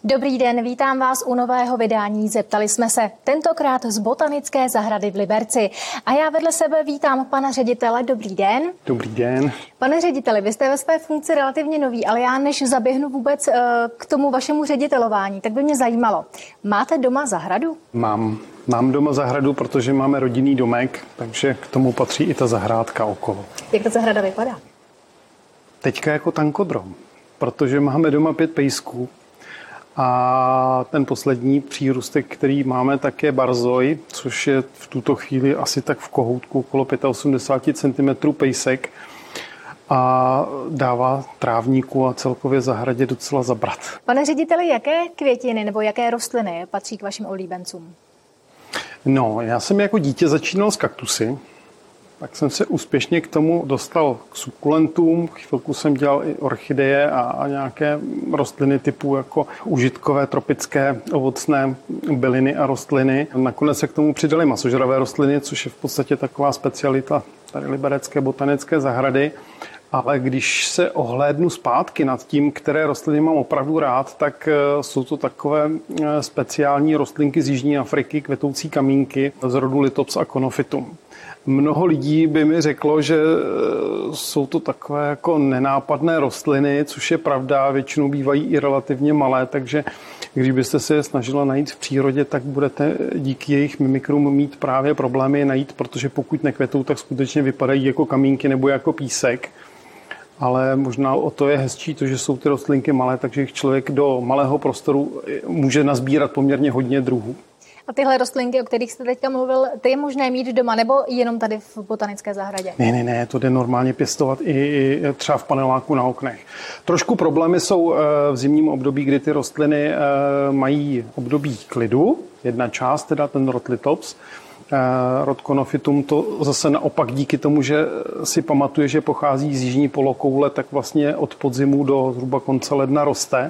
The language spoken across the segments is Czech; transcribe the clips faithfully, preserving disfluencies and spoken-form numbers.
Dobrý den, vítám vás u nového vydání Zeptali jsme se, tentokrát z Botanické zahrady v Liberci. A já vedle sebe vítám pana ředitele. Dobrý den. Dobrý den. Pane řediteli, vy jste ve své funkci relativně nový, ale já než zaběhnu vůbec k tomu vašemu ředitelování, tak by mě zajímalo, máte doma zahradu? Mám. Mám doma zahradu, protože máme rodinný domek, takže k tomu patří i ta zahrádka okolo. Jak ta zahrada vypadá? Teďka jako tankodrom, protože máme doma pět pejsků a ten poslední přírůstek, který máme, tak je barzoj, což je v tuto chvíli asi tak v kohoutku okolo osmdesát pět centimetrů pejsek a dává trávníku a celkově zahradě docela zabrat. Pane řediteli, jaké květiny nebo jaké rostliny patří k vašim oblíbencům? No, já jsem jako dítě začínal s kaktusy, tak jsem se úspěšně k tomu dostal k sukulentům. Chvilku jsem dělal i orchideje a, a nějaké rostliny typu jako užitkové, tropické, ovocné byliny a rostliny. Nakonec se k tomu přidaly masožravé rostliny, což je v podstatě taková specialita tady Liberecké botanické zahrady. Ale když se ohlédnu zpátky nad tím, které rostliny mám opravdu rád, tak jsou to takové speciální rostlinky z Jižní Afriky, kvetoucí kamínky z rodu Lithops a Conophytum. Mnoho lidí by mi řeklo, že jsou to takové jako nenápadné rostliny, což je pravda, většinou bývají i relativně malé, takže když byste se je snažila najít v přírodě, tak budete díky jejich mimikrům mít právě problémy je najít, protože pokud nekvetou, tak skutečně vypadají jako kamínky nebo jako písek. Ale možná o to je hezčí to, že jsou ty rostlinky malé, takže jich člověk do malého prostoru může nazbírat poměrně hodně druhů. A tyhle rostlinky, o kterých jste teďka mluvil, ty je možné mít doma nebo jenom tady v botanické zahradě? Ne, ne, ne, to jde normálně pěstovat i, i třeba v paneláku na oknech. Trošku problémy jsou v zimním období, kdy ty rostliny mají období klidu. Jedna část, teda ten rod Lithops, rod Conophytum, to zase naopak díky tomu, že si pamatuje, že pochází z jižní polokoule, tak vlastně od podzimu do zhruba konce ledna roste.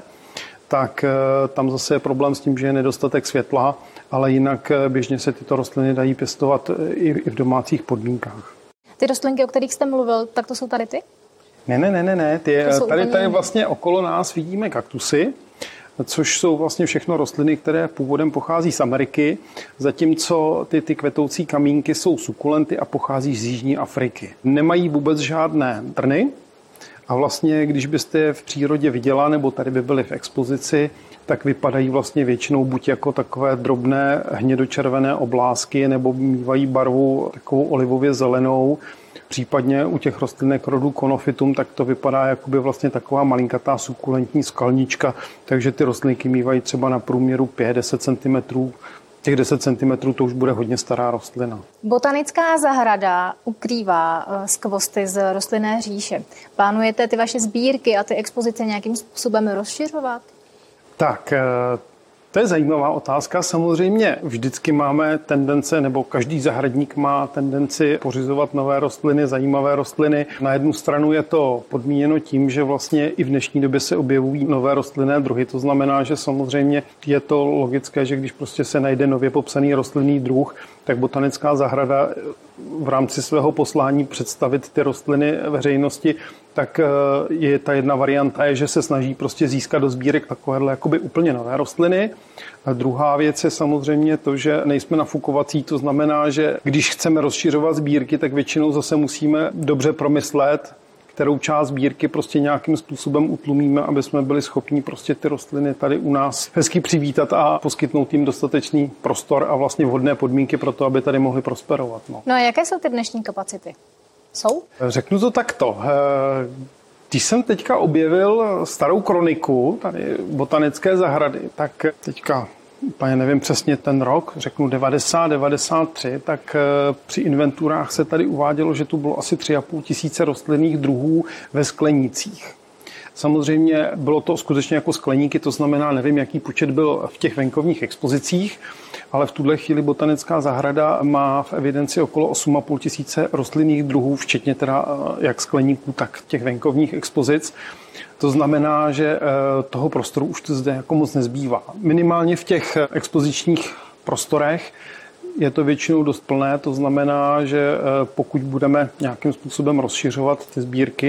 Tak tam zase je problém s tím, že je nedostatek světla, ale jinak běžně se tyto rostliny dají pěstovat i v domácích podmínkách. Ty rostlinky, o kterých jste mluvil, tak to jsou tady ty? Ne, ne, ne, ne, ne. Ty, tady, tady vlastně okolo nás vidíme kaktusy, což jsou vlastně všechno rostliny, které původem pochází z Ameriky, zatímco ty, ty kvetoucí kamínky jsou sukulenty a pochází z Jižní Afriky. Nemají vůbec žádné trny a vlastně, když byste je v přírodě viděla, nebo tady by byly v expozici, tak vypadají vlastně většinou buď jako takové drobné hnědočervené oblásky, nebo mývají barvu takovou olivově zelenou. Případně u těch rostlinek rodu Conophytum, tak to vypadá jako by vlastně taková malinkatá sukulentní skalnička, takže ty rostlinky mývají třeba na průměru pět až deset centimetrů. Těch deset centimetrů to už bude hodně stará rostlina. Botanická zahrada ukrývá skvosty z rostlinné říše. Plánujete ty vaše sbírky a ty expozice nějakým způsobem rozšiřovat? Tak, to je zajímavá otázka. Samozřejmě vždycky máme tendence, nebo každý zahradník má tendenci pořizovat nové rostliny, zajímavé rostliny. Na jednu stranu je to podmíněno tím, že vlastně i v dnešní době se objevují nové rostlinné druhy. To znamená, že samozřejmě je to logické, že když prostě se najde nově popsaný rostlinný druh, tak botanická zahrada v rámci svého poslání představit ty rostliny veřejnosti, tak je ta jedna varianta, je, že se snaží prostě získat do sbírek takovéhle jakoby úplně nové rostliny. A druhá věc je samozřejmě to, že nejsme nafukovací, to znamená, že když chceme rozšiřovat sbírky, tak většinou zase musíme dobře promyslet, kterou část sbírky prostě nějakým způsobem utlumíme, aby jsme byli schopni prostě ty rostliny tady u nás hezky přivítat a poskytnout jim dostatečný prostor a vlastně vhodné podmínky pro to, aby tady mohly prosperovat. No, no a jaké jsou ty dnešní kapacity? Jsou? Řeknu to takto. Když jsem teďka objevil starou kroniku tady botanické zahrady, tak teďka úplně nevím přesně ten rok, řeknu devadesát devadesát tři, tak při inventurách se tady uvádělo, že tu bylo asi tři a půl tisíce rostlinných druhů ve sklenících. Samozřejmě bylo to skutečně jako skleníky, to znamená, nevím, jaký počet byl v těch venkovních expozicích, ale v tuhle chvíli botanická zahrada má v evidenci okolo osm a půl tisíce rostlinných druhů, včetně teda jak skleníků, tak těch venkovních expozic. To znamená, že toho prostoru už to zde jako moc nezbývá. Minimálně v těch expozičních prostorech je to většinou dost plné, to znamená, že pokud budeme nějakým způsobem rozšiřovat ty sbírky,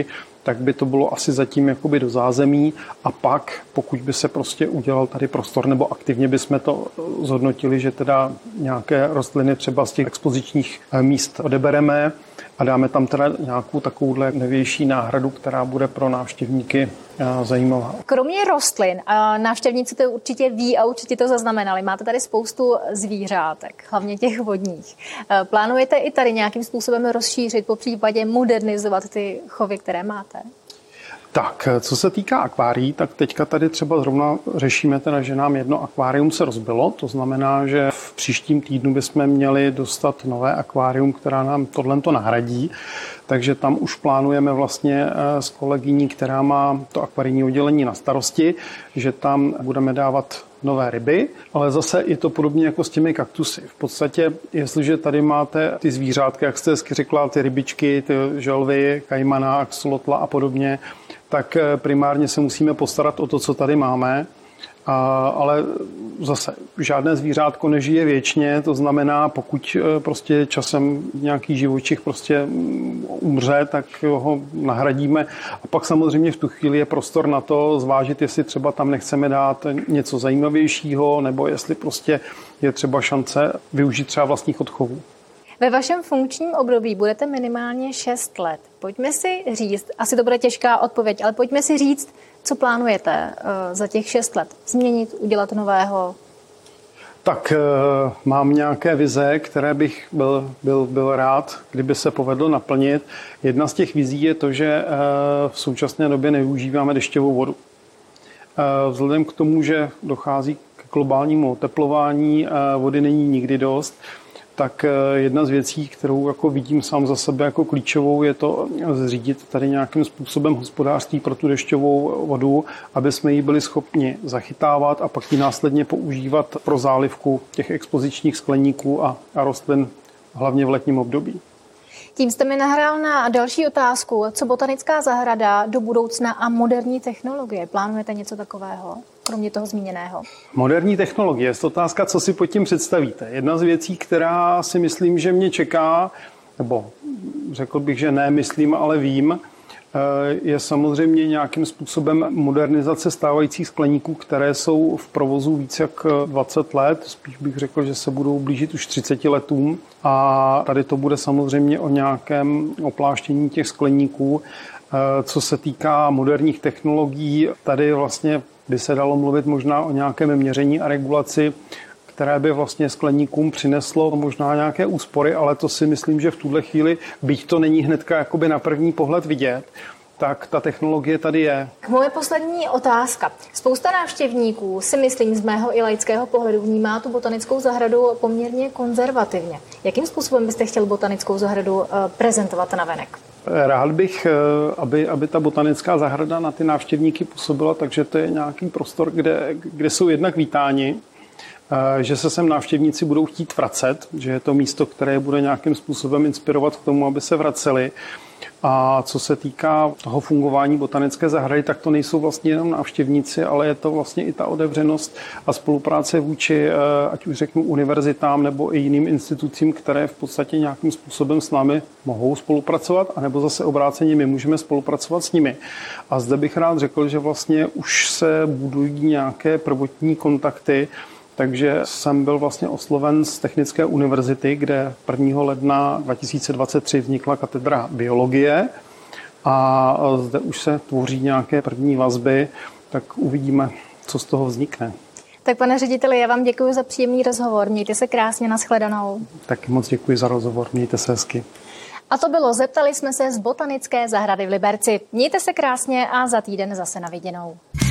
tak by to bylo asi zatím jakoby do zázemí a pak, pokud by se prostě udělal tady prostor, nebo aktivně bychom to zhodnotili, že teda nějaké rostliny třeba z těch expozičních míst odebereme a dáme tam teda nějakou takovouhle novější náhradu, která bude pro návštěvníky zajímavá. Kromě rostlin, návštěvníci to určitě ví a určitě to zaznamenali. Máte tady spoustu zvířátek, hlavně těch vodních. Plánujete i tady nějakým způsobem rozšířit, popřípadě modernizovat ty chovy, které máte? Tak, co se týká akvárií, tak teďka tady třeba zrovna řešíme teda, že nám jedno akvárium se rozbilo. To znamená, že v příštím týdnu bychom měli dostat nové akvárium, která nám tohleto nahradí. Takže tam už plánujeme vlastně s kolegyní, která má to akvarijní oddělení na starosti, že tam budeme dávat nové ryby, ale zase je to podobně jako s těmi kaktusy. V podstatě, jestliže tady máte ty zvířátka, jak jste hezky řekla, ty rybičky, ty želvy, kajmana, axolotla a podobně, tak primárně se musíme postarat o to, co tady máme. A, ale zase žádné zvířátko nežije věčně, to znamená, pokud prostě časem nějaký živočich prostě umře, tak ho nahradíme. A pak samozřejmě v tu chvíli je prostor na to zvážit, jestli třeba tam nechceme dát něco zajímavějšího, nebo jestli prostě je třeba šance využít třeba vlastních odchovů. Ve vašem funkčním období budete minimálně šest let. Pojďme si říct, asi to bude těžká odpověď, ale pojďme si říct, co plánujete uh, za těch šest let? Změnit, udělat nového? Tak uh, mám nějaké vize, které bych byl, byl, byl rád, kdyby se povedlo naplnit. Jedna z těch vizí je to, že uh, v současné době nevyužíváme dešťovou vodu. Uh, vzhledem k tomu, že dochází k globálnímu oteplování, uh, vody není nikdy dost, tak jedna z věcí, kterou jako vidím sám za sebe jako klíčovou, je to zřídit tady nějakým způsobem hospodářství pro tu dešťovou vodu, aby jsme ji byli schopni zachytávat a pak ji následně používat pro zálivku těch expozičních skleníků a, a rostlin, hlavně v letním období. Tím jste mi nahrál na další otázku. Co botanická zahrada do budoucna a moderní technologie? Plánujete něco takového, kromě toho zmíněného? Moderní technologie, je to otázka, co si pod tím představíte. Jedna z věcí, která si myslím, že mě čeká, nebo řekl bych, že ne, myslím, ale vím, je samozřejmě nějakým způsobem modernizace stávajících skleníků, které jsou v provozu více jak dvacet let. Spíš bych řekl, že se budou blížit už třiceti letům. A tady to bude samozřejmě o nějakém opláštění těch skleníků. Co se týká moderních technologií, tady vlastně by se dalo mluvit možná o nějakém měření a regulaci, které by vlastně skleníkům přineslo možná nějaké úspory, ale to si myslím, že v tuhle chvíli, byť to není hnedka jakoby na první pohled vidět, tak ta technologie tady je. Moje poslední otázka. Spousta návštěvníků si myslím z mého i laického pohledu vnímá tu botanickou zahradu poměrně konzervativně. Jakým způsobem byste chtěl botanickou zahradu prezentovat navenek? Rád bych, aby, aby ta botanická zahrada na ty návštěvníky působila, takže to je nějaký prostor, kde, kde jsou jednak vítáni, že se sem návštěvníci budou chtít vracet, že je to místo, které bude nějakým způsobem inspirovat k tomu, aby se vraceli. A co se týká toho fungování botanické zahrady, tak to nejsou vlastně jenom návštěvníci, ale je to vlastně i ta otevřenost a spolupráce vůči, ať už řeknu, univerzitám nebo i jiným institucím, které v podstatě nějakým způsobem s námi mohou spolupracovat, anebo zase obráceně my můžeme spolupracovat s nimi. A zde bych rád řekl, že vlastně už se budují nějaké prvotní kontakty. Takže jsem byl vlastně osloven z Technické univerzity, kde prvního ledna dva tisíce dvacet tři vznikla katedra biologie a zde už se tvoří nějaké první vazby, tak uvidíme, co z toho vznikne. Tak pane řediteli, já vám děkuji za příjemný rozhovor. Mějte se krásně, nashledanou. Taky moc děkuji za rozhovor, mějte se hezky. A to bylo Zeptali jsme se z Botanické zahrady v Liberci. Mějte se krásně a za týden zase na viděnou.